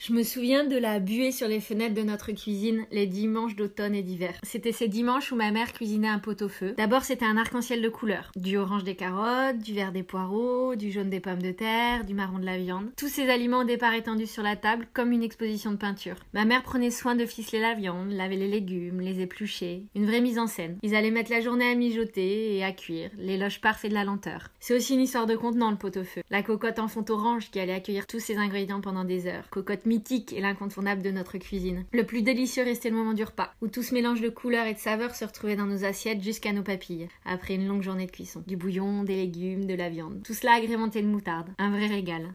Je me souviens de la buée sur les fenêtres de notre cuisine les dimanches d'automne et d'hiver. C'était ces dimanches où ma mère cuisinait un pot-au-feu. D'abord, c'était un arc-en-ciel de couleurs. Du orange des carottes, du vert des poireaux, du jaune des pommes de terre, du marron de la viande. Tous ces aliments au départ étendus sur la table comme une exposition de peinture. Ma mère prenait soin de ficeler la viande, laver les légumes, les éplucher. Une vraie mise en scène. Ils allaient mettre la journée à mijoter et à cuire. L'éloge parfait de la lenteur. C'est aussi une histoire de contenant, le pot-au-feu. La cocotte en fonte orange qui allait accueillir tous ces ingrédients pendant des heures. Cocotte mythique et l'incontournable de notre cuisine. Le plus délicieux restait le moment du repas, où tout ce mélange de couleurs et de saveurs se retrouvait dans nos assiettes jusqu'à nos papilles, après une longue journée de cuisson. Du bouillon, des légumes, de la viande. Tout cela agrémenté de moutarde. Un vrai régal.